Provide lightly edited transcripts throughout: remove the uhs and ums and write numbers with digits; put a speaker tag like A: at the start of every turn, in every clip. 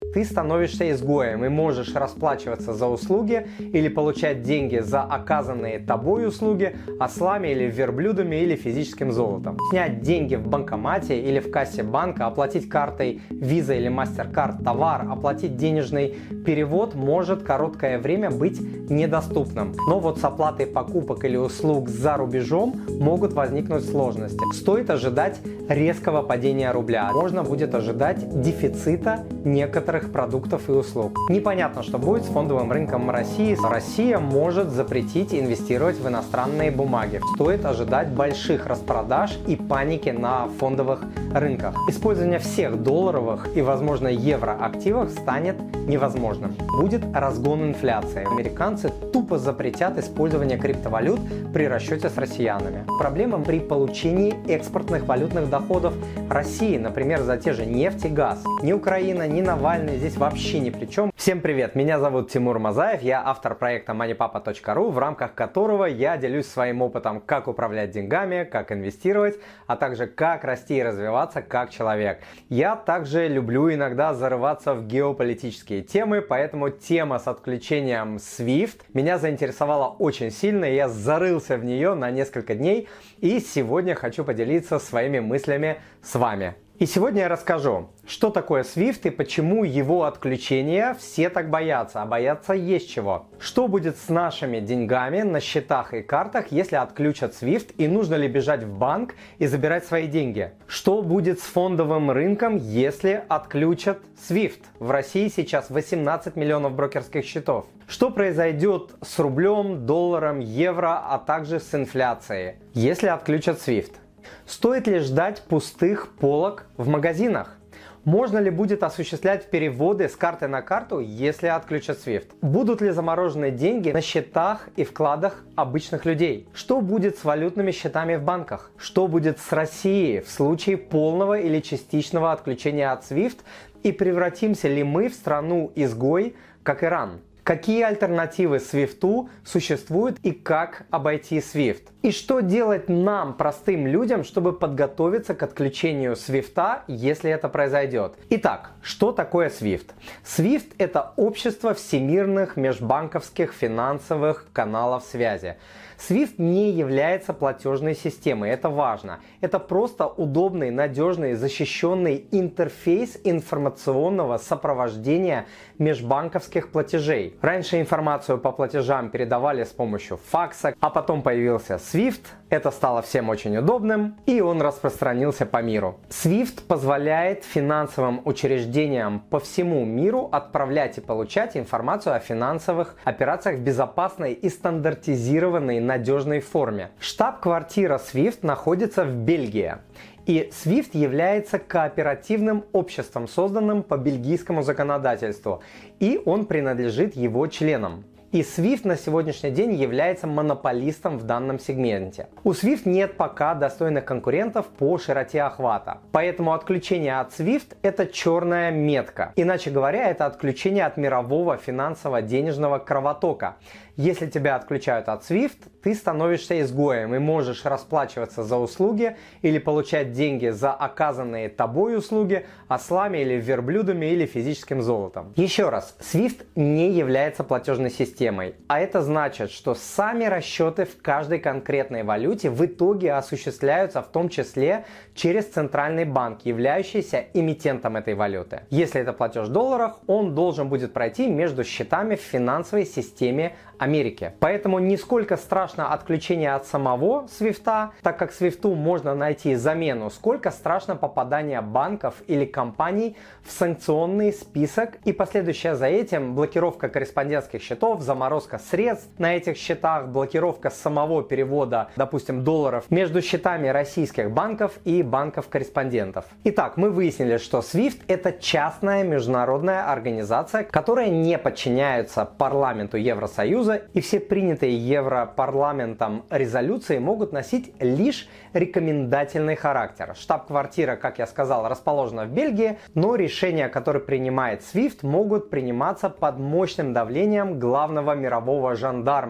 A: ты становишься изгоем и можешь расплачиваться за услуги или получать деньги за оказанные тобой услуги ослами или верблюдами или физическим золотом. Снять деньги в банкомате или в кассе банка, оплатить картой Visa или MasterCard товар, оплатить денежный перевод может короткое время быть недоступным. Но вот с оплатой покупок или услуг за рубежом могут возникнуть сложности. Стоит ожидать резкого падения рубля. Можно будет ожидать дефицита некоторых продуктов и услуг. Непонятно, что будет с фондовым рынком России. Россия может запретить инвестировать в иностранные бумаги. Стоит ожидать больших распродаж и паники на фондовых рынках. Использование всех долларовых и, возможно, евроактивов станет невозможным. Будет разгон инфляции. Американцы тупо запретят использование криптовалют при расчете с россиянами. Проблема при получении экспортных валютных доходов России, например, за те же нефть и газ. Ни Украина, ни Навальный здесь вообще ни при чем. Всем привет, меня зовут Тимур Мазаев, я автор проекта moneypapa.ru, в рамках которого я делюсь своим опытом, как управлять деньгами, как инвестировать, а также как расти и развиваться как человек. Я также люблю иногда зарываться в геополитические темы, поэтому тема с отключением SWIFT меня заинтересовала очень сильно, и я зарылся в нее на несколько дней, и сегодня хочу поделиться своими мыслями с вами. И сегодня я расскажу, что такое SWIFT и почему его отключения все так боятся, а бояться есть чего. Что будет с нашими деньгами на счетах и картах, если отключат SWIFT, и нужно ли бежать в банк и забирать свои деньги. Что будет с фондовым рынком, если отключат SWIFT. В России сейчас 18 миллионов брокерских счетов. Что произойдет с рублем, долларом, евро, а также с инфляцией, если отключат SWIFT. Стоит ли ждать пустых полок в магазинах? Можно ли будет осуществлять переводы с карты на карту, если отключат SWIFT? Будут ли заморожены деньги на счетах и вкладах обычных людей? Что будет с валютными счетами в банках? Что будет с Россией в случае полного или частичного отключения от SWIFT? И превратимся ли мы в страну-изгой, как Иран? Какие альтернативы SWIFT существуют и как обойти SWIFT? И что делать нам, простым людям, чтобы подготовиться к отключению SWIFT, если это произойдет? Итак, что такое SWIFT? SWIFT – это общество всемирных межбанковских финансовых каналов связи. SWIFT не является платежной системой, это важно. Это просто удобный, надежный, защищенный интерфейс информационного сопровождения межбанковских платежей. Раньше информацию по платежам передавали с помощью факса, а потом появился SWIFT. Это стало всем очень удобным, и он распространился по миру. SWIFT позволяет финансовым учреждениям по всему миру отправлять и получать информацию о финансовых операциях в безопасной и стандартизированной надежной форме. Штаб-квартира SWIFT находится в Бельгии. И SWIFT является кооперативным обществом, созданным по бельгийскому законодательству, и он принадлежит его членам. И SWIFT на сегодняшний день является монополистом в данном сегменте. У SWIFT нет пока достойных конкурентов по широте охвата. Поэтому отключение от SWIFT – это черная метка. Иначе говоря, это отключение от мирового финансово-денежного кровотока. Если тебя отключают от SWIFT, ты становишься изгоем и можешь расплачиваться за услуги или получать деньги за оказанные тобой услуги ослами или верблюдами или физическим золотом. Еще раз, SWIFT не является платежной системой, а это значит, что сами расчеты в каждой конкретной валюте в итоге осуществляются в том числе через центральный банк, являющийся эмитентом этой валюты. Если это платеж в долларах, он должен будет пройти между счетами в финансовой системе Америки. Поэтому нисколько страшно отключение от самого SWIFT, так как SWIFT можно найти замену, сколько страшно попадание банков или компаний в санкционный список и последующая за этим блокировка корреспондентских счетов, заморозка средств на этих счетах, блокировка самого перевода, допустим, долларов между счетами российских банков и банков-корреспондентов. Итак, мы выяснили, что SWIFT – это частная международная организация, которая не подчиняется парламенту Евросоюза, и все принятые Европарламентом резолюции могут носить лишь рекомендательный характер. Штаб-квартира, как я сказал, расположена в Бельгии, но решения, которые принимает SWIFT, могут приниматься под мощным давлением главного мирового жандарма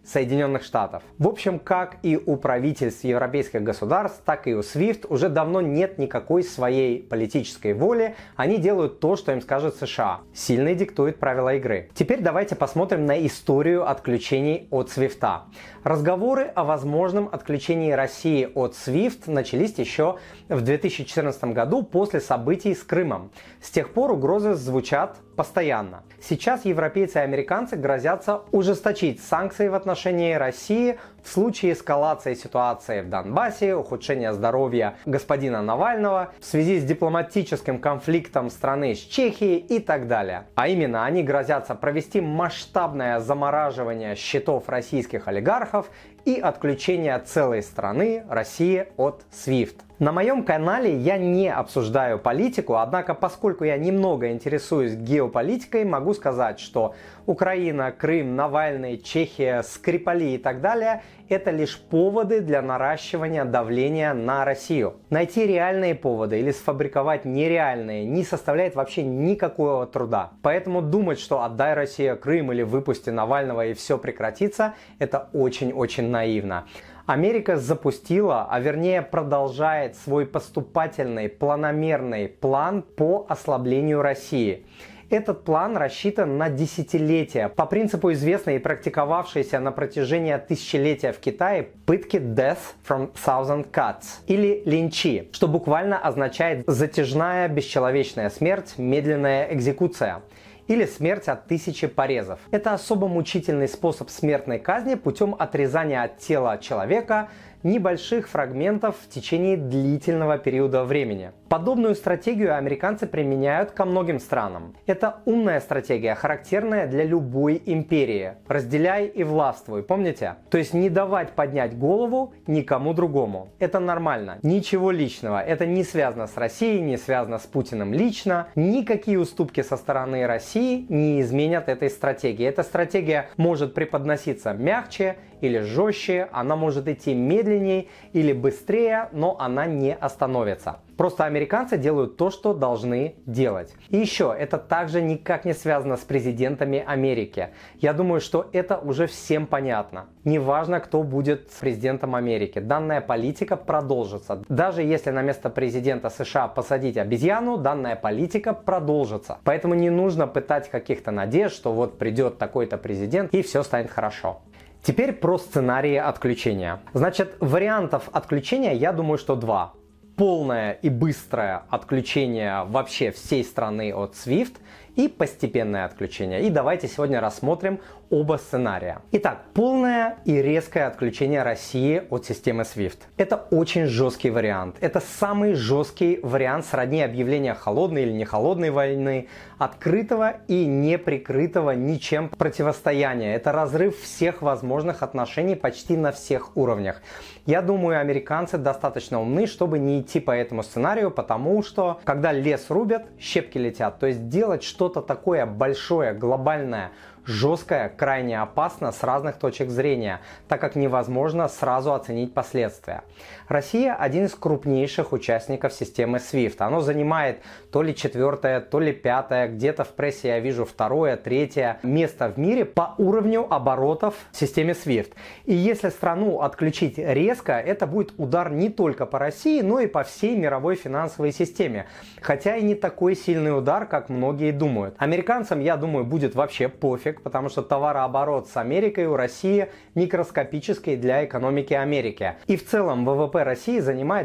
A: Соединенных Штатов. В общем, как и у правительств европейских государств, так и у SWIFT уже давно нет никакой своей политической воли. Они делают то, что им скажет США. Сильный диктует правила игры. Теперь давайте посмотрим на историю отключений от SWIFT. Разговоры о возможном отключении России от SWIFT начались еще в 2014 году после событий с Крымом. С тех пор угрозы звучат постоянно. Сейчас европейцы и американцы грозятся ужесточить санкции в отношении России в случае эскалации ситуации в Донбассе, ухудшения здоровья господина Навального, в связи с дипломатическим конфликтом страны с Чехией и так далее. А именно, они грозятся провести масштабное замораживание счетов российских олигархов и отключение целой страны России от SWIFT. На моем канале я не обсуждаю политику, однако поскольку я немного интересуюсь геополитикой, могу сказать, что Украина, Крым, Навальный, Чехия, Скрипали и так далее – это лишь поводы для наращивания давления на Россию. Найти реальные поводы или сфабриковать нереальные не составляет вообще никакого труда. Поэтому думать, что отдай Россия Крым или выпусти Навального и все прекратится – это очень-очень наивно. Америка запустила, а вернее продолжает свой поступательный, планомерный план по ослаблению России. Этот план рассчитан на десятилетия по принципу известной и практиковавшейся на протяжении тысячелетия в Китае пытки Death from Thousand Cuts или линчи, что буквально означает затяжная бесчеловечная смерть, медленная экзекуция или смерть от 1000 порезов. Это особо мучительный способ смертной казни путем отрезания от тела человека небольших фрагментов в течение длительного периода времени. Подобную стратегию американцы применяют ко многим странам. Это умная стратегия, характерная для любой империи. Разделяй и властвуй, помните? То есть не давать поднять голову никому другому. Это нормально. Ничего личного. Это не связано с Россией, не связано с Путиным лично. Никакие уступки со стороны России не изменят этой стратегии. Эта стратегия может преподноситься мягче или жестче, она может идти медленнее или быстрее, но она не остановится. Просто американцы делают то, что должны делать. И еще, это также никак не связано с президентами Америки. Я думаю, что это уже всем понятно. Неважно, кто будет президентом Америки, данная политика продолжится. Даже если на место президента США посадить обезьяну, данная политика продолжится. Поэтому не нужно пытать каких-то надежд, что вот придет такой-то президент и все станет хорошо. Теперь про сценарии отключения. Значит, вариантов отключения, я думаю, что два. Полное и быстрое отключение вообще всей страны от SWIFT и постепенное отключение. И давайте сегодня рассмотрим оба сценария. Итак, полное и резкое отключение России от системы SWIFT. Это очень жесткий вариант. Это самый жесткий вариант сродни объявления холодной или не холодной войны, открытого и неприкрытого ничем противостояния. Это разрыв всех возможных отношений почти на всех уровнях. Я думаю, американцы достаточно умны, чтобы не идти по этому сценарию, потому что, когда лес рубят, щепки летят. То есть делать что-то такое большое, глобальное, жесткое, крайне опасно с разных точек зрения, так как невозможно сразу оценить последствия. Россия один из крупнейших участников системы SWIFT. Оно занимает то ли 4-е, то ли 5-е, где-то в прессе я вижу 2-е, 3-е место в мире по уровню оборотов в системе SWIFT. И если страну отключить резко, это будет удар не только по России, но и по всей мировой финансовой системе. Хотя и не такой сильный удар, как многие думают. Американцам, я думаю, будет вообще пофиг, потому что товарооборот с Америкой у России микроскопический для экономики Америки. И в целом ВВП России занимает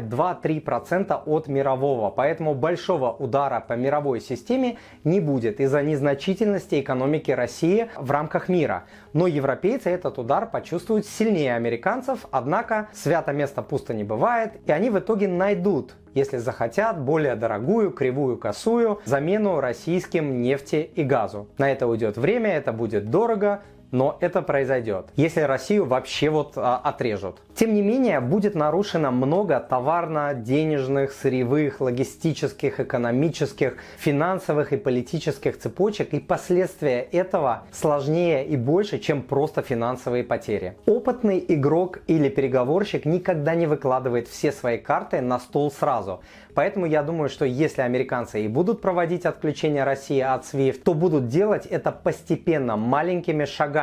A: 2-3% от мирового, поэтому большого удара по мировой системе не будет из-за незначительности экономики России в рамках мира. Но европейцы этот удар почувствуют сильнее американцев, однако свято место пусто не бывает, и они в итоге найдут, если захотят, более дорогую, кривую, косую замену российским нефти и газу. На это уйдет время, это будет дорого, но это произойдет, если Россию вообще отрежут. Тем не менее, будет нарушено много товарно-денежных, сырьевых, логистических, экономических, финансовых и политических цепочек, и последствия этого сложнее и больше, чем просто финансовые потери. Опытный игрок или переговорщик никогда не выкладывает все свои карты на стол сразу. Поэтому я думаю, что если американцы и будут проводить отключение России от SWIFT, то будут делать это постепенно, маленькими шагами,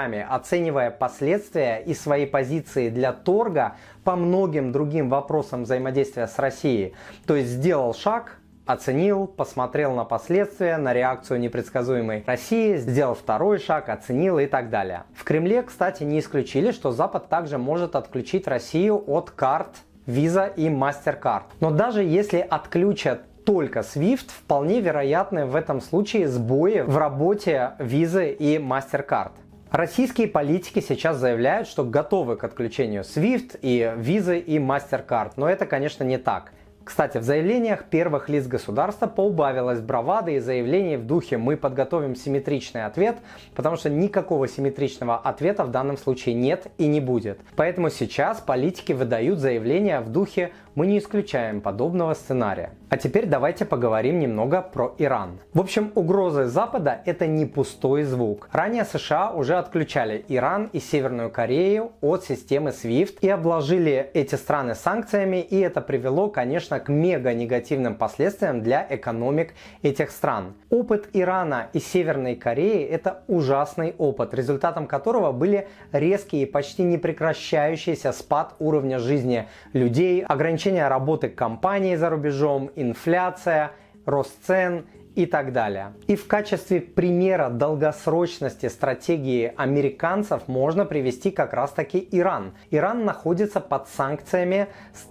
A: руками, оценивая последствия и свои позиции для торга по многим другим вопросам взаимодействия с Россией. То есть сделал шаг, оценил, посмотрел на последствия, на реакцию непредсказуемой России, сделал второй шаг, оценил и так далее. В Кремле, кстати, не исключили, что Запад также может отключить Россию от карт Visa и MasterCard. Но даже если отключат только SWIFT, вполне вероятны в этом случае сбои в работе Visa и MasterCard. Российские политики сейчас заявляют, что готовы к отключению SWIFT и Visa и MasterCard, но это, конечно, не так. Кстати, в заявлениях первых лиц государства поубавилось бравады и заявлений в духе «мы подготовим симметричный ответ», потому что никакого симметричного ответа в данном случае нет и не будет. Поэтому сейчас политики выдают заявления в духе «мы не исключаем подобного сценария». А теперь давайте поговорим немного про Иран. В общем, угрозы Запада – это не пустой звук. Ранее США уже отключали Иран и Северную Корею от системы SWIFT и обложили эти страны санкциями, и это привело, конечно, к мега негативным последствиям для экономик этих стран. Опыт Ирана и Северной Кореи – это ужасный опыт, результатом которого были резкий и почти непрекращающийся спад уровня жизни людей, ограничение работы компаний за рубежом, инфляция, рост цен и так далее. И в качестве примера долгосрочности стратегии американцев можно привести как раз таки Иран. Иран находится под санкциями с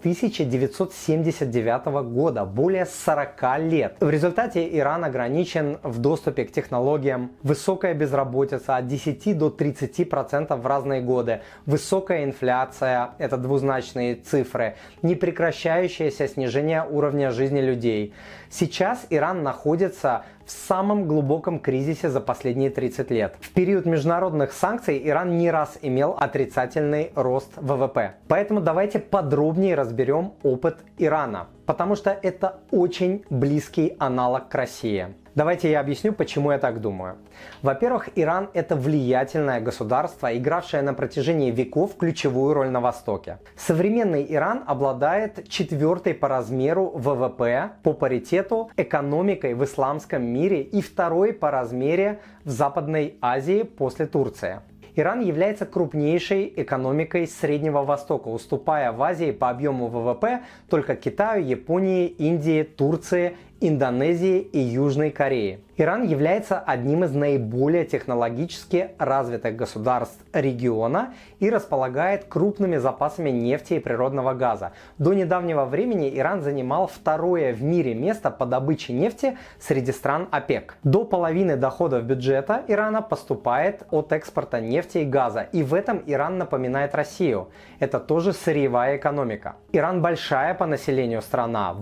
A: 1979 года, более 40 лет. В результате Иран ограничен в доступе к технологиям, высокая безработица от 10 до 30% в разные годы, высокая инфляция, это двузначные цифры, непрекращающееся снижение уровня жизни людей. Сейчас Иран находится в самом глубоком кризисе за последние 30 лет. В период международных санкций Иран не раз имел отрицательный рост ВВП. Поэтому давайте подробнее разберем опыт Ирана, потому что это очень близкий аналог к России. Давайте я объясню, почему я так думаю. Во-первых, Иран – это влиятельное государство, игравшее на протяжении веков ключевую роль на Востоке. Современный Иран обладает четвертой по размеру ВВП по паритету экономикой в исламском мире и второй по размере в Западной Азии после Турции. Иран является крупнейшей экономикой Среднего Востока, уступая в Азии по объему ВВП только Китаю, Японии, Индии, Турции, Индонезии и Южной Кореи. Иран является одним из наиболее технологически развитых государств региона и располагает крупными запасами нефти и природного газа. До недавнего времени Иран занимал второе в мире место по добыче нефти среди стран ОПЕК. До половины доходов бюджета Ирана поступает от экспорта нефти и газа, и в этом Иран напоминает Россию. Это тоже сырьевая экономика. Иран большая по населению страна,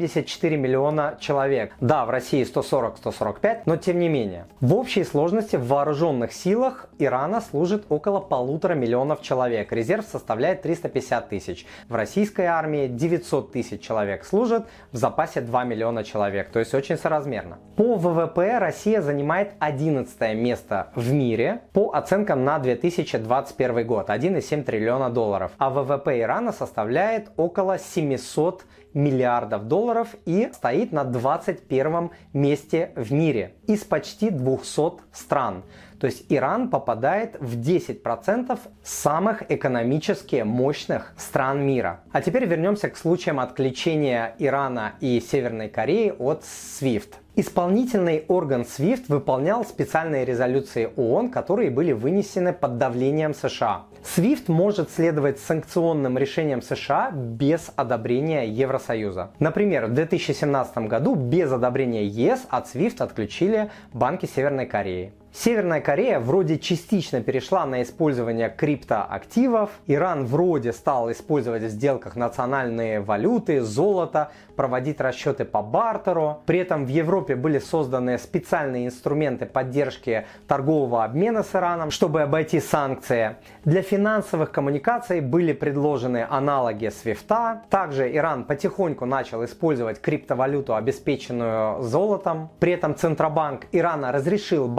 A: 84 миллиона человек. Да, в России 140-145, но тем не менее. В общей сложности в вооруженных силах Ирана служит около 1,5 миллиона человек. Резерв составляет 350 тысяч. В российской армии 900 тысяч человек служат, в запасе 2 миллиона человек. То есть очень соразмерно. По ВВП Россия занимает 11 место в мире по оценкам на 2021 год. 1,7 триллиона долларов. А ВВП Ирана составляет около 700 миллиардов долларов и стоит на 21 месте в мире из почти 200 стран. То есть Иран попадает в 10% самых экономически мощных стран мира. А теперь вернемся к случаям отключения Ирана и Северной Кореи от SWIFT. Исполнительный орган SWIFT выполнял специальные резолюции ООН, которые были вынесены под давлением США. SWIFT может следовать санкционным решениям США без одобрения Евросоюза. Например, в 2017 году без одобрения ЕС от SWIFT отключили банки Северной Кореи. Северная Корея вроде частично перешла на использование криптоактивов, Иран вроде стал использовать в сделках национальные валюты, золото, проводить расчеты по бартеру. При этом в Европе были созданы специальные инструменты поддержки торгового обмена с Ираном, чтобы обойти санкции. Для финансовых коммуникаций были предложены аналоги SWIFT. Также Иран потихоньку начал использовать криптовалюту, обеспеченную золотом. При этом Центробанк Ирана разрешил банкам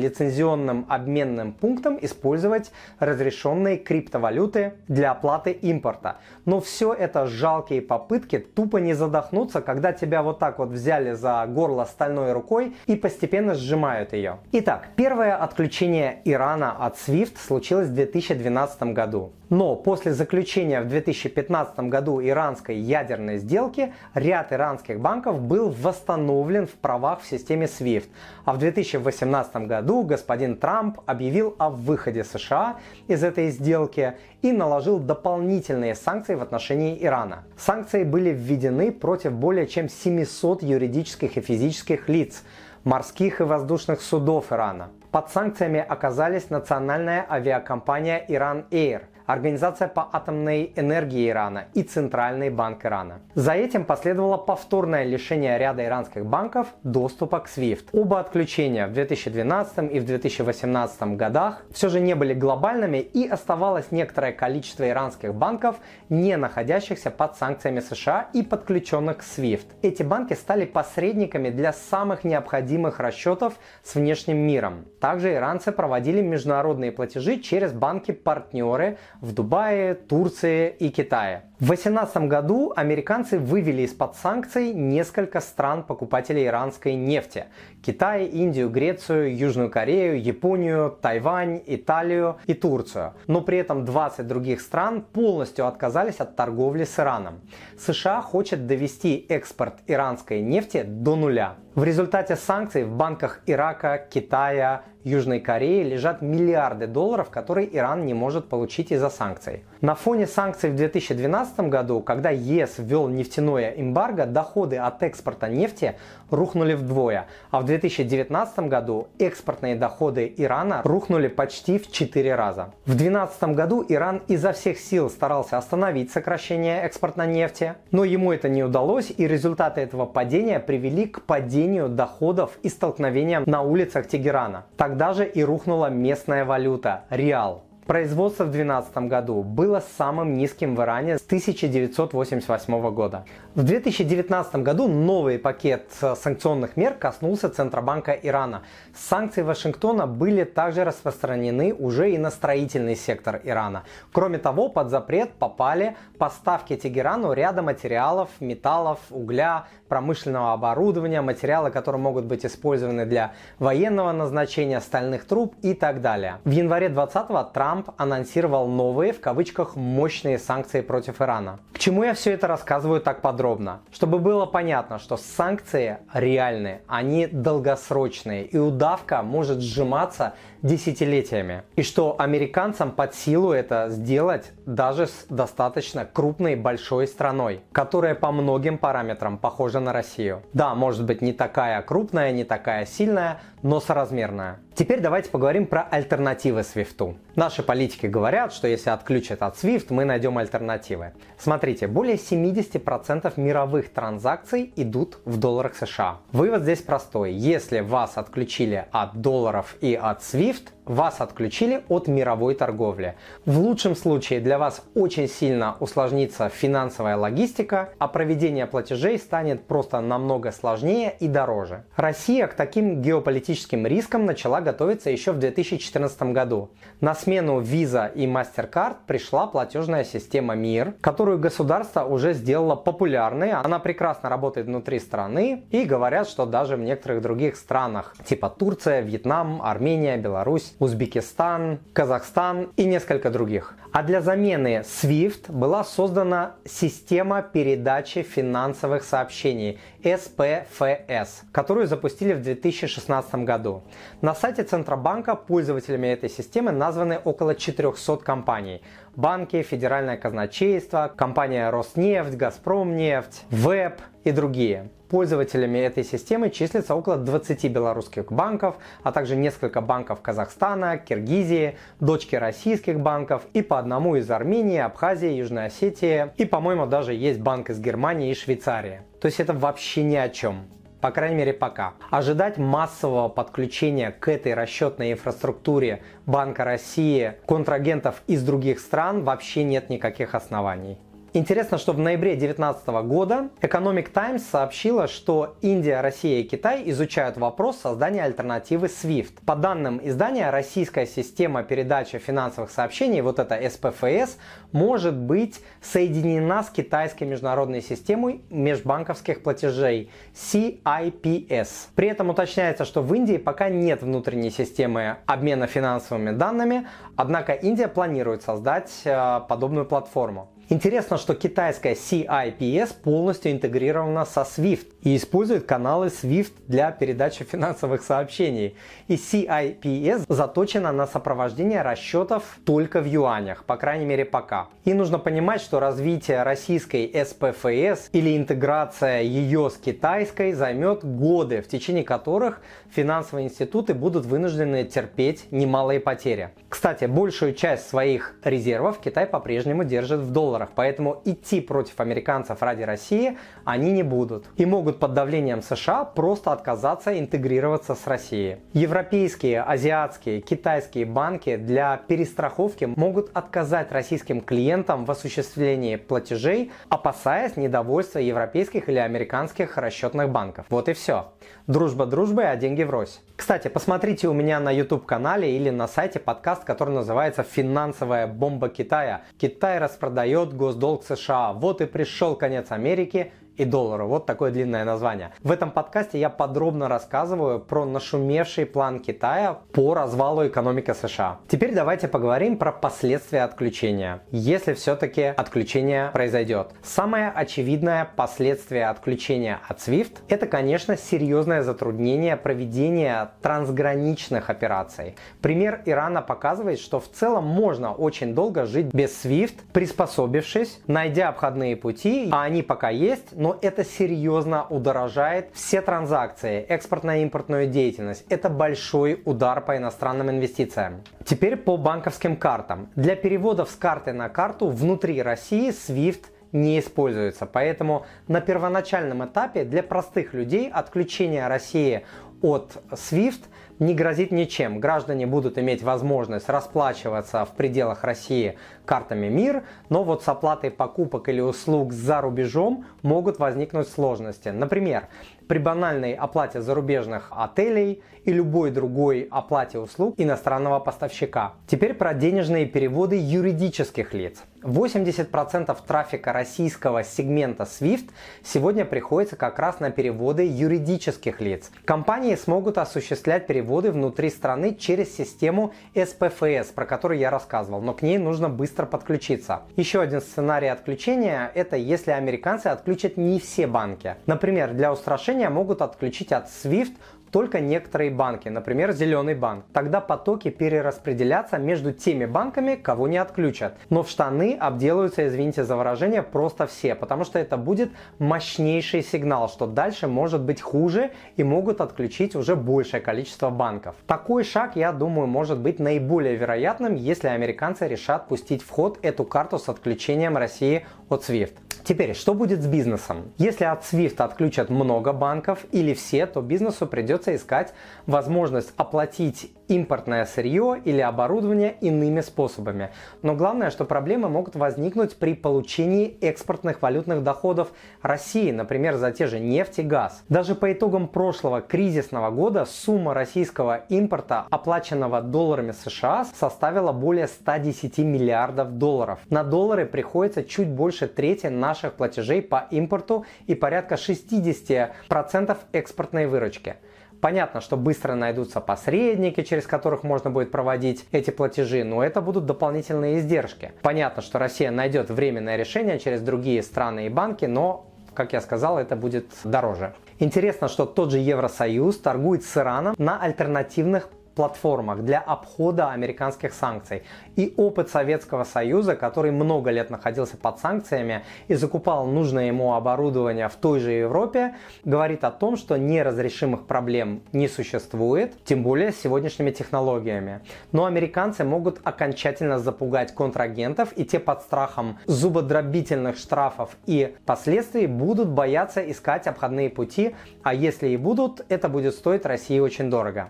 A: лицензионным обменным пунктам использовать разрешенные криптовалюты для оплаты импорта. Но все это жалкие попытки тупо не задохнуться, когда тебя вот так вот взяли за горло стальной рукой и постепенно сжимают ее. Итак, первое отключение Ирана от SWIFT случилось в 2012 году. Но после заключения в 2015 году иранской ядерной сделки ряд иранских банков был восстановлен в правах в системе SWIFT. А в 2018 году господин Трамп объявил о выходе США из этой сделки и наложил дополнительные санкции в отношении Ирана. Санкции были введены против более чем 700 юридических и физических лиц, морских и воздушных судов Ирана. Под санкциями оказались национальная авиакомпания Iran Air, Организация по атомной энергии Ирана и Центральный банк Ирана. За этим последовало повторное лишение ряда иранских банков доступа к SWIFT. Оба отключения в 2012 и в 2018 годах все же не были глобальными, и оставалось некоторое количество иранских банков, не находящихся под санкциями США и подключенных к SWIFT. Эти банки стали посредниками для самых необходимых расчетов с внешним миром. Также иранцы проводили международные платежи через банки-партнеры в Дубае, Турции и Китае. В 2018 году американцы вывели из-под санкций несколько стран-покупателей иранской нефти: Китай, Индию, Грецию, Южную Корею, Японию, Тайвань, Италию и Турцию. Но при этом 20 других стран полностью отказались от торговли с Ираном. США хочет довести экспорт иранской нефти до нуля. В результате санкций в банках Ирака, Китая, Южной Кореи лежат миллиарды долларов, которые Иран не может получить из-за санкций. На фоне санкций в 2012 году, когда ЕС ввел нефтяное эмбарго, доходы от экспорта нефти рухнули вдвое, а в 2019 году экспортные доходы Ирана рухнули почти в 4 раза. В 2012 году Иран изо всех сил старался остановить сокращение экспорта нефти, но ему это не удалось, и результаты этого падения привели к падению доходов и столкновениям на улицах Тегерана. Тогда же и рухнула местная валюта – реал. Производство в 2012 году было самым низким в Иране с 1988 года. В 2019 году новый пакет санкционных мер коснулся Центробанка Ирана. Санкции Вашингтона были также распространены уже и на строительный сектор Ирана. Кроме того, под запрет попали поставки Тегерану ряда материалов, металлов, угля, промышленного оборудования, материалы, которые могут быть использованы для военного назначения, стальных труб и так далее. В январе 2020-го Трамп анонсировал новые, в кавычках, мощные санкции против Ирана. К чему я все это рассказываю так подробно? Чтобы было понятно, что санкции реальные, они долгосрочные, и удавка может сжиматься десятилетиями. И что американцам под силу это сделать даже с достаточно крупной большой страной, которая по многим параметрам похожа на Россию. Да, может быть не такая крупная, не такая сильная, но соразмерная. Теперь давайте поговорим про альтернативы SWIFT. Наши политики говорят, что если отключат от SWIFT, мы найдем альтернативы. Смотрите, более 70% мировых транзакций идут в долларах США. Вывод здесь простой. Если вас отключили от долларов и от SWIFT, вас отключили от мировой торговли. В лучшем случае для вас очень сильно усложнится финансовая логистика, а проведение платежей станет просто намного сложнее и дороже. Россия к таким геополитическим рискам начала готовиться еще в 2014 году. На смену Visa и MasterCard пришла платежная система МИР, которую государство уже сделало популярной. Она прекрасно работает внутри страны, и говорят, что даже в некоторых других странах, типа Турция, Вьетнам, Армения, Беларусь, Узбекистан, Казахстан и несколько других. А для замены SWIFT была создана система передачи финансовых сообщений СПФС, которую запустили в 2016 году. На сайте Центробанка пользователями этой системы названы около 400 компаний. Банки, Федеральное казначейство, компания Роснефть, Газпромнефть, ВЭБ и другие. Пользователями этой системы числится около 20 белорусских банков, а также несколько банков Казахстана, Киргизии, дочки российских банков и по одному из Армении, Абхазии, Южной Осетии, и, по-моему, даже есть банк из Германии и Швейцарии. То есть это вообще ни о чем. По крайней мере, пока. Ожидать массового подключения к этой расчетной инфраструктуре Банка России контрагентов из других стран вообще нет никаких оснований. Интересно, что в ноябре 2019 года Economic Times сообщила, что Индия, Россия и Китай изучают вопрос создания альтернативы SWIFT. По данным издания, российская система передачи финансовых сообщений, вот эта СПФС, может быть соединена с китайской международной системой межбанковских платежей CIPS. При этом уточняется, что в Индии пока нет внутренней системы обмена финансовыми данными, однако Индия планирует создать подобную платформу. Интересно, что китайская CIPS полностью интегрирована со SWIFT и использует каналы SWIFT для передачи финансовых сообщений. И CIPS заточена на сопровождение расчетов только в юанях, по крайней мере пока. И нужно понимать, что развитие российской СПФС или интеграция ее с китайской займет годы, в течение которых финансовые институты будут вынуждены терпеть немалые потери. Кстати, большую часть своих резервов Китай по-прежнему держит в долларах, поэтому идти против американцев ради России они не будут. И могут под давлением США просто отказаться интегрироваться с Россией. Европейские, азиатские, китайские банки для перестраховки могут отказать российским клиентам в осуществлении платежей, опасаясь недовольства европейских или американских расчетных банков. Вот и все. Дружба дружбой, а деньги врозь. Кстати, посмотрите у меня на YouTube-канале или на сайте подкаст, который называется «Финансовая бомба Китая». Китай распродает госдолг США. Вот и пришел конец Америки и доллару. Вот такое длинное название. В этом подкасте я подробно рассказываю про нашумевший план Китая по развалу экономики США. Теперь давайте поговорим про последствия отключения, если все-таки отключение произойдет. Самое очевидное последствие отключения от SWIFT – это, конечно, серьезное затруднение проведения трансграничных операций. Пример Ирана показывает, что в целом можно очень долго жить без SWIFT, приспособившись, найдя обходные пути, а они пока есть, но это серьезно удорожает все транзакции, экспортно-импортную деятельность. Это большой удар по иностранным инвестициям. Теперь по банковским картам. Для переводов с карты на карту внутри России SWIFT не используется. Поэтому на первоначальном этапе для простых людей отключение России от SWIFT не грозит ничем. Граждане будут иметь возможность расплачиваться в пределах России картами МИР, но вот с оплатой покупок или услуг за рубежом могут возникнуть сложности. Например, при банальной оплате зарубежных отелей и любой другой оплате услуг иностранного поставщика. Теперь про денежные переводы юридических лиц. 80% трафика российского сегмента SWIFT сегодня приходится как раз на переводы юридических лиц. Компании смогут осуществлять переводы внутри страны через систему СПФС, про которую я рассказывал, но к ней нужно быстро подключиться. Еще один сценарий отключения – это если американцы отключат не все банки. Например, для устрашения могут отключить от SWIFT только некоторые банки, например, Зеленый банк. Тогда потоки перераспределятся между теми банками, кого не отключат. Но в штаны обделаются, извините за выражение, просто все, потому что это будет мощнейший сигнал, что дальше может быть хуже и могут отключить уже большее количество банков. Такой шаг, я думаю, может быть наиболее вероятным, если американцы решат пустить в ход эту карту с отключением России от SWIFT. Теперь, что будет с бизнесом? Если от SWIFT отключат много банков или все, то бизнесу придется искать возможность оплатить импортное сырье или оборудование иными способами. Но главное, что проблемы могут возникнуть при получении экспортных валютных доходов России, например, за те же нефть и газ. Даже по итогам прошлого кризисного года сумма российского импорта, оплаченного долларами США, составила более 110 миллиардов долларов. На доллары приходится чуть больше трети наших платежей по импорту и порядка 60% экспортной выручки. Понятно, что быстро найдутся посредники, через которых можно будет проводить эти платежи, но это будут дополнительные издержки. Понятно, что Россия найдет временное решение через другие страны и банки, но, как я сказал, это будет дороже. Интересно, что тот же Евросоюз торгует с Ираном на альтернативных платформах для обхода американских санкций. И опыт Советского Союза, который много лет находился под санкциями и закупал нужное ему оборудование в той же Европе, говорит о том, что неразрешимых проблем не существует, тем более с сегодняшними технологиями. Но американцы могут окончательно запугать контрагентов, и те под страхом зубодробительных штрафов и последствий будут бояться искать обходные пути, а если и будут, это будет стоить России очень дорого.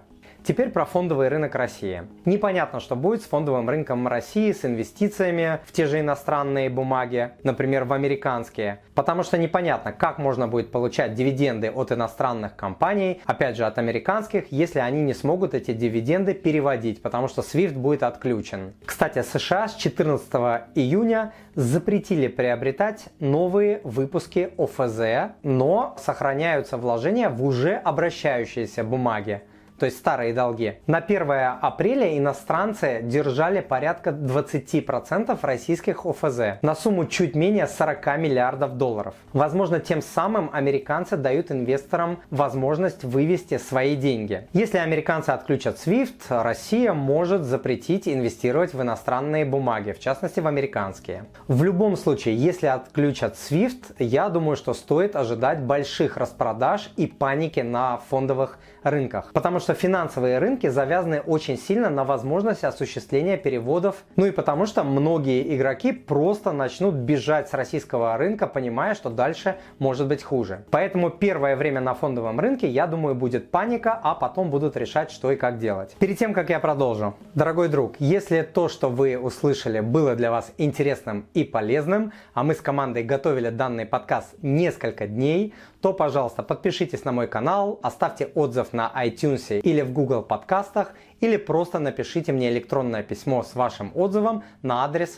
A: Теперь про фондовый рынок России. Непонятно, что будет с фондовым рынком России, с инвестициями в те же иностранные бумаги, например, в американские. Потому что непонятно, как можно будет получать дивиденды от иностранных компаний, опять же от американских, если они не смогут эти дивиденды переводить, потому что SWIFT будет отключен. Кстати, США с 14 июня запретили приобретать новые выпуски ОФЗ, но сохраняются вложения в уже обращающиеся бумаги, то есть старые долги. На 1 апреля иностранцы держали порядка 20% российских ОФЗ на сумму чуть менее 40 миллиардов долларов. Возможно, тем самым американцы дают инвесторам возможность вывести свои деньги. Если американцы отключат SWIFT, Россия может запретить инвестировать в иностранные бумаги, в частности в американские. В любом случае, если отключат SWIFT, я думаю, что стоит ожидать больших распродаж и паники на фондовых рынках. Потому что финансовые рынки завязаны очень сильно на возможности осуществления переводов. Ну и потому что многие игроки просто начнут бежать с российского рынка, понимая, что дальше может быть хуже. Поэтому первое время на фондовом рынке, я думаю, будет паника, а потом будут решать, что и как делать. Перед тем, как я продолжу, дорогой друг, если то, что вы услышали, было для вас интересным и полезным, а мы с командой готовили данный подкаст несколько дней, то, пожалуйста, подпишитесь на мой канал, оставьте отзыв на iTunes или в Google подкастах, или просто напишите мне электронное письмо с вашим отзывом на адрес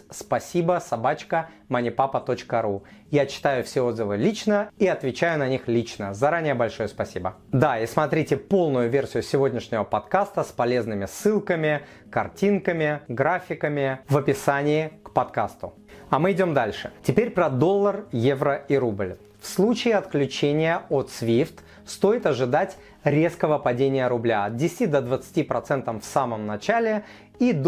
A: spasibo@moneypapa.ru. Я читаю все отзывы лично и отвечаю на них лично. Заранее большое спасибо. Да, и смотрите полную версию сегодняшнего подкаста с полезными ссылками, картинками, графиками в описании к подкасту. А мы идем дальше. Теперь про доллар, евро и рубль. В случае отключения от SWIFT стоит ожидать резкого падения рубля от 10 до 20% в самом начале и до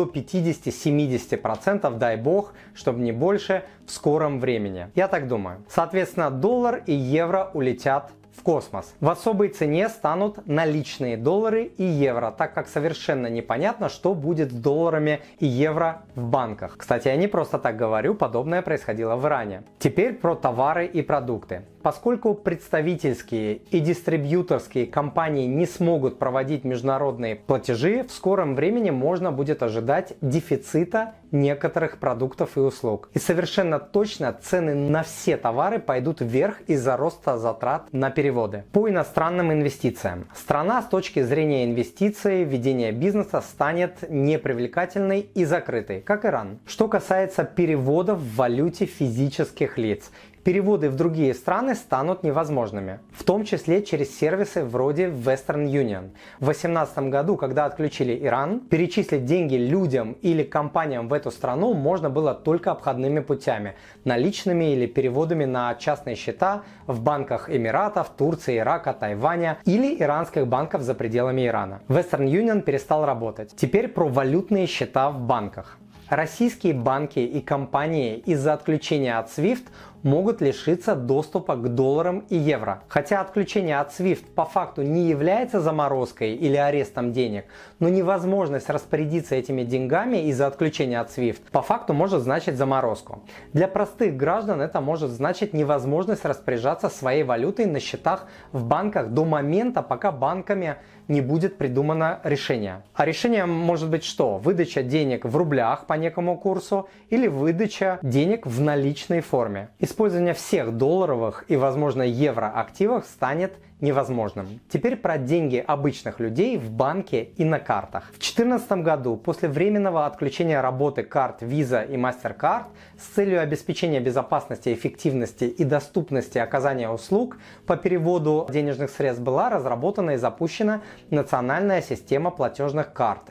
A: 50-70%, дай бог, чтобы не больше, в скором времени. Я так думаю. Соответственно, доллар и евро улетят в космос. В особой цене станут наличные доллары и евро, так как совершенно непонятно, что будет с долларами и евро в банках. Кстати, я не просто так говорю, подобное происходило в Иране. Теперь про товары и продукты. Поскольку представительские и дистрибьюторские компании не смогут проводить международные платежи, в скором времени можно будет ожидать дефицита некоторых продуктов и услуг. И совершенно точно цены на все товары пойдут вверх из-за роста затрат на переводы. По иностранным инвестициям. Страна с точки зрения инвестиций, ведения бизнеса станет непривлекательной и закрытой, как Иран. Что касается переводов в валюте физических лиц. Переводы в другие страны станут невозможными, в том числе через сервисы вроде Western Union. В 2018 году, когда отключили Иран, перечислить деньги людям или компаниям в эту страну можно было только обходными путями, наличными или переводами на частные счета в банках Эмиратов, Турции, Ирака, Тайваня или иранских банков за пределами Ирана. Western Union перестал работать. Теперь про валютные счета в банках. Российские банки и компании из-за отключения от SWIFT могут лишиться доступа к долларам и евро. Хотя отключение от SWIFT по факту не является заморозкой или арестом денег, но невозможность распорядиться этими деньгами из-за отключения от SWIFT по факту может значить заморозку. Для простых граждан это может значить невозможность распоряжаться своей валютой на счетах в банках до момента, пока банками не будет придумано решение. А решение может быть что? Выдача денег в рублях по некому курсу или выдача денег в наличной форме. Использование всех долларовых и, возможно, евроактивов станет невозможным. Теперь про деньги обычных людей в банке и на картах. В 2014 году, после временного отключения работы карт Visa и MasterCard с целью обеспечения безопасности, эффективности и доступности оказания услуг по переводу денежных средств была разработана и запущена национальная система платежных карт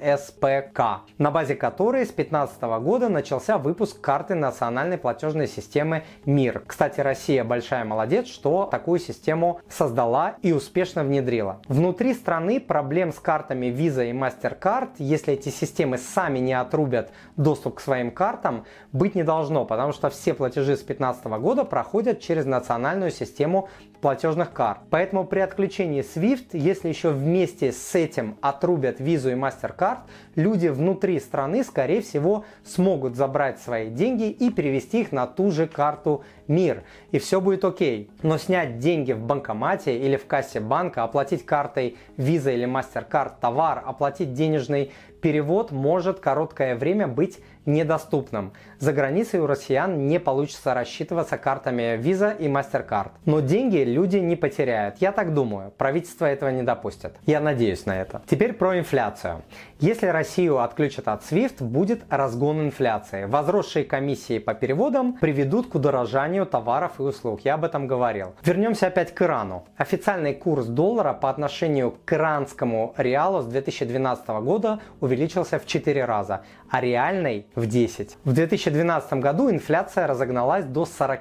A: НСПК, на базе которой с 2015 года начался выпуск карты национальной платежной системы МИР. Кстати, Россия большая молодец, что такую систему создала и успешно внедрила. Внутри страны проблем с картами Visa и MasterCard, если эти системы сами не отрубят доступ к своим картам, быть не должно, потому что все платежи с 2015 года проходят через национальную систему платежных карт. Поэтому при отключении SWIFT, если еще вместе с этим отрубят Visa и MasterCard, люди внутри страны, скорее всего, смогут забрать свои деньги и перевести их на ту же карту МИР. И все будет окей. Но снять деньги в банкомате или в кассе банка, оплатить картой Visa или MasterCard товар, оплатить денежный перевод может короткое время быть недоступным. За границей у россиян не получится рассчитываться картами Visa и MasterCard. Но деньги люди не потеряют. Я так думаю. Правительство этого не допустит. Я надеюсь на это. Теперь про инфляцию. Если Россию отключат от SWIFT, будет разгон инфляции. Возросшие комиссии по переводам приведут к удорожанию товаров и услуг. Я об этом говорил. Вернемся опять к Ирану. Официальный курс доллара по отношению к иранскому реалу с 2012 года увеличился в 4 раза, а реальный в 10. В 2012 году инфляция разогналась до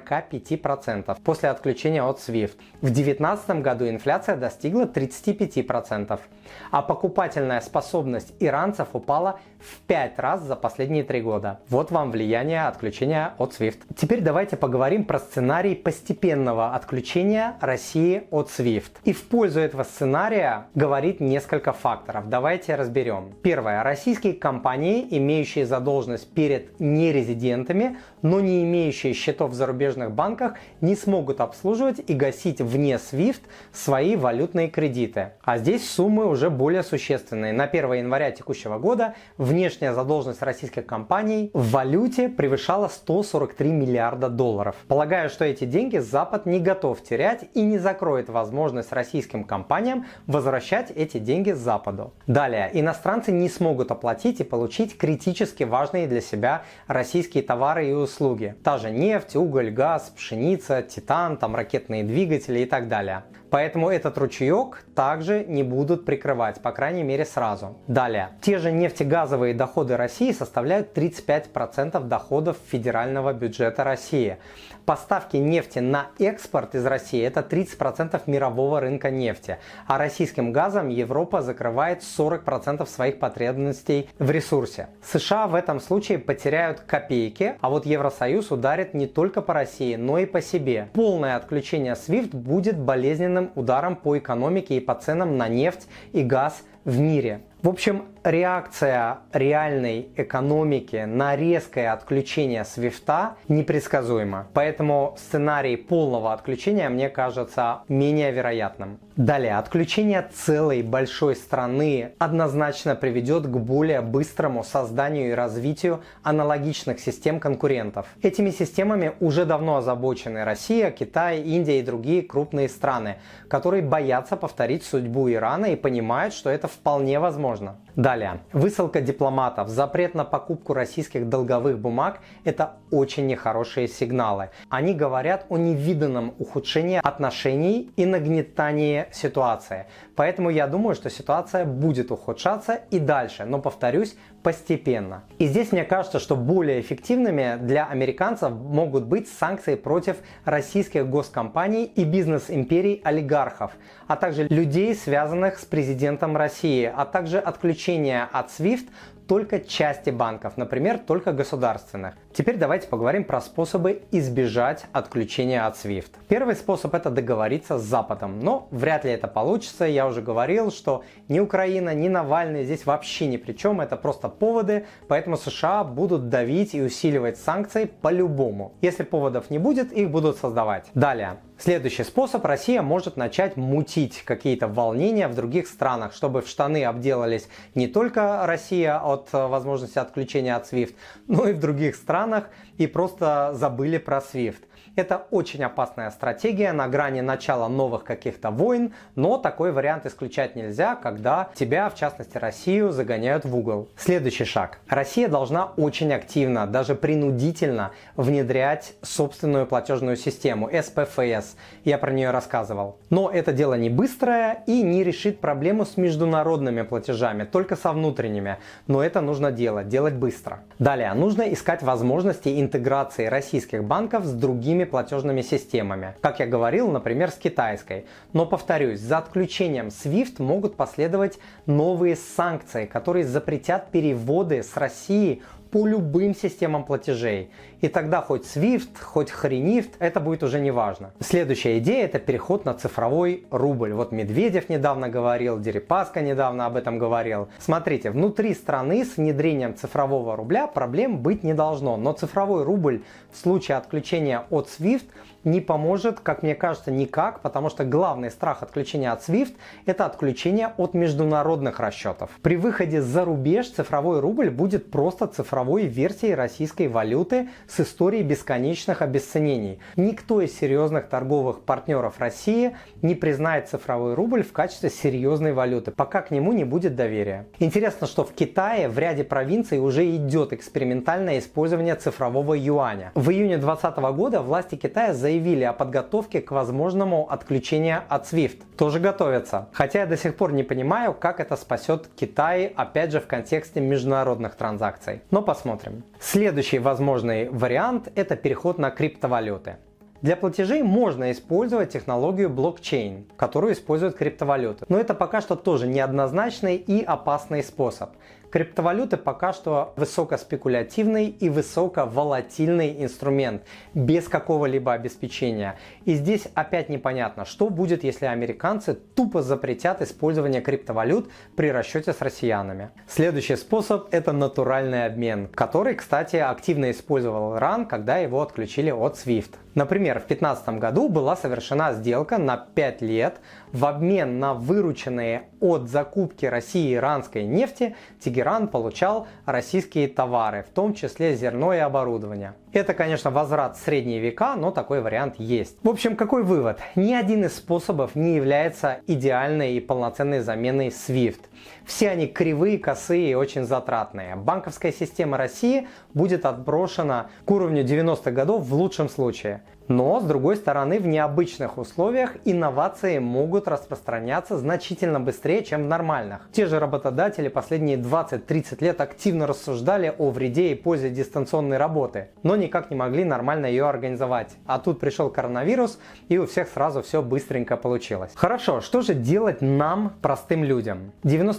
A: 45% после отключения от SWIFT. В 2019 году инфляция достигла 35%, а покупательная способность иранцев упала в 5 раз за последние 3 года. Вот вам влияние отключения от SWIFT. Теперь давайте поговорим про сценарий постепенного отключения России от SWIFT. И в пользу этого сценария говорит несколько факторов. Давайте разберем. Первое. Российские компании, имеющие задолженность перед нерезидентами, но не имеющие счетов в зарубежных банках, не смогут обслуживать и гасить вне SWIFT свои валютные кредиты. А здесь суммы уже более существенные. На 1 января текущего года внешняя задолженность российских компаний в валюте превышала 143 миллиарда долларов. Полагаю, что эти деньги Запад не готов терять и не закроет возможность российским компаниям возвращать эти деньги Западу. Далее, иностранцы не смогут оплатить и получить критически важные для себя российские товары и услуги. Та же нефть, уголь, газ, пшеница, титан, там ракетные двигатели и так далее. Поэтому этот ручеек также не будут прикрывать, по крайней мере сразу. Далее. Те же нефтегазовые доходы России составляют 35% доходов федерального бюджета России. Поставки нефти на экспорт из России – это 30% мирового рынка нефти. А российским газом Европа закрывает 40% своих потребностей в ресурсе. США в этом случае потеряют копейки, а вот Евросоюз ударит не только по России, но и по себе. Полное отключение SWIFT будет болезненным ударом по экономике и по ценам на нефть и газ в мире. В общем, реакция реальной экономики на резкое отключение SWIFT непредсказуема. Поэтому сценарий полного отключения мне кажется менее вероятным. Далее, отключение целой большой страны однозначно приведет к более быстрому созданию и развитию аналогичных систем конкурентов. Этими системами уже давно озабочены Россия, Китай, Индия и другие крупные страны, которые боятся повторить судьбу Ирана и понимают, что это вполне возможно. Далее, высылка дипломатов, запрет на покупку российских долговых бумаг – это очень нехорошие сигналы. Они говорят о невиданном ухудшении отношений и нагнетании ситуации. Поэтому я думаю, что ситуация будет ухудшаться и дальше, но, повторюсь, постепенно. И здесь мне кажется, что более эффективными для американцев могут быть санкции против российских госкомпаний и бизнес-империй олигархов, а также людей, связанных с президентом России, а также отключение от SWIFT только части банков, например, только государственных. Теперь давайте поговорим про способы избежать отключения от SWIFT. Первый способ – это договориться с Западом, но вряд ли это получится. Я уже говорил, что ни Украина, ни Навальный здесь вообще ни при чем, это просто поводы, поэтому США будут давить и усиливать санкции по-любому. Если поводов не будет, их будут создавать. Далее. Следующий способ. Россия может начать мутить какие-то волнения в других странах, чтобы в штаны обделались не только Россия от возможности отключения от SWIFT, но и в других странах и просто забыли про SWIFT. Это очень опасная стратегия на грани начала новых каких-то войн, но такой вариант исключать нельзя, когда тебя, в частности Россию, загоняют в угол. Следующий шаг. Россия должна очень активно, даже принудительно внедрять собственную платежную систему СПФС. Я про нее рассказывал. Но это дело не быстрое и не решит проблему с международными платежами, только со внутренними. Но это нужно делать быстро. Далее, нужно искать возможности интеграции российских банков с другими платежными системами. Как я говорил, например, с китайской. Но повторюсь, за отключением SWIFT могут последовать новые санкции, которые запретят переводы с России по любым системам платежей. И тогда хоть SWIFT, хоть хренифт, это будет уже не важно. Следующая идея – это переход на цифровой рубль. Вот Медведев недавно говорил, Дерипаска недавно об этом говорил. Смотрите, внутри страны с внедрением цифрового рубля проблем быть не должно. Но цифровой рубль в случае отключения от SWIFT не поможет, как мне кажется, никак, потому что главный страх отключения от SWIFT – это отключение от международных расчетов. При выходе за рубеж цифровой рубль будет просто цифровой версией российской валюты с историей бесконечных обесценений. Никто из серьезных торговых партнеров России не признает цифровой рубль в качестве серьезной валюты, пока к нему не будет доверия. Интересно, что в Китае в ряде провинций уже идет экспериментальное использование цифрового юаня. В июне 2020 года власти Китая заявили о подготовке к возможному отключению от SWIFT. Тоже готовятся. Хотя я до сих пор не понимаю, как это спасет Китай, опять же в контексте международных транзакций. Но посмотрим. Следующий возможный вариант – это переход на криптовалюты. Для платежей можно использовать технологию блокчейн, которую используют криптовалюты. Но это пока что тоже неоднозначный и опасный способ. Криптовалюты пока что высокоспекулятивный и высоковолатильный инструмент, без какого-либо обеспечения. И здесь опять непонятно, что будет, если американцы тупо запретят использование криптовалют при расчете с россиянами. Следующий способ – это натуральный обмен, который, кстати, активно использовал Иран, когда его отключили от SWIFT. Например, в 2015 году была совершена сделка на 5 лет в обмен на вырученные от закупки России иранской нефти Тегеран получал российские товары, в том числе зерно и оборудование. Это, конечно, возврат в средние века, но такой вариант есть. В общем, какой вывод? Ни один из способов не является идеальной и полноценной заменой SWIFT. Все они кривые, косые и очень затратные. Банковская система России будет отброшена к уровню 90-х годов в лучшем случае. Но, с другой стороны, в необычных условиях инновации могут распространяться значительно быстрее, чем в нормальных. Те же работодатели последние 20-30 лет активно рассуждали о вреде и пользе дистанционной работы, но никак не могли нормально ее организовать. А тут пришел коронавирус, и у всех сразу все быстренько получилось. Хорошо, что же делать нам, простым людям?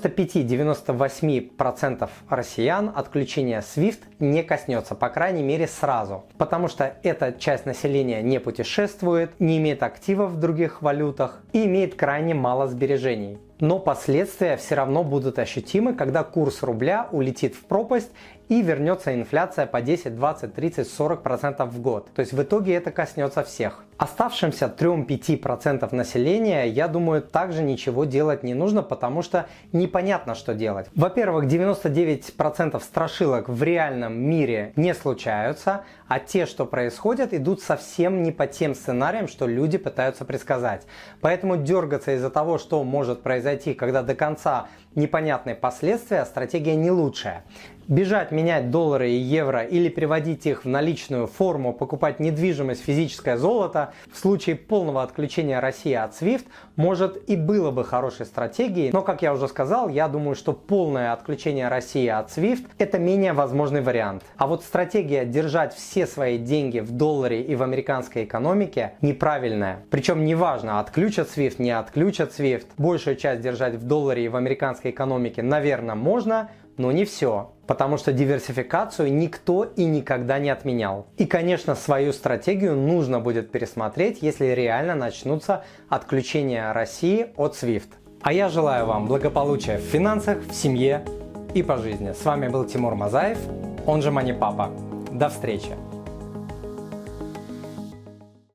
A: 95-98% россиян отключения SWIFT не коснется, по крайней мере сразу, потому что эта часть населения не путешествует, не имеет активов в других валютах и имеет крайне мало сбережений. Но последствия все равно будут ощутимы, когда курс рубля улетит в пропасть и вернется инфляция по 10, 20, 30, 40% в год. То есть в итоге это коснется всех. Оставшимся 3-5% населения, я думаю, также ничего делать не нужно, потому что непонятно, что делать. Во-первых, 99% страшилок в реальном мире не случаются, а те, что происходят, идут совсем не по тем сценариям, что люди пытаются предсказать. Поэтому дергаться из-за того, что может произойти, когда до конца непонятные последствия, стратегия не лучшая. Бежать менять доллары и евро или переводить их в наличную форму, покупать недвижимость, физическое золото в случае полного отключения России от SWIFT может и было бы хорошей стратегией, но, как я уже сказал, я думаю, что полное отключение России от SWIFT это менее возможный вариант. А вот стратегия держать все свои деньги в долларе и в американской экономике неправильная. Причем неважно, отключат SWIFT, не отключат SWIFT. Большую часть держать в долларе и в американской экономике, наверное, можно, но не все. Потому что диверсификацию никто и никогда не отменял. И, конечно, свою стратегию нужно будет пересмотреть, если реально начнутся отключения России от SWIFT. А я желаю вам благополучия в финансах, в семье и по жизни. С вами был Тимур Мазаев, он же Money Papa. До встречи!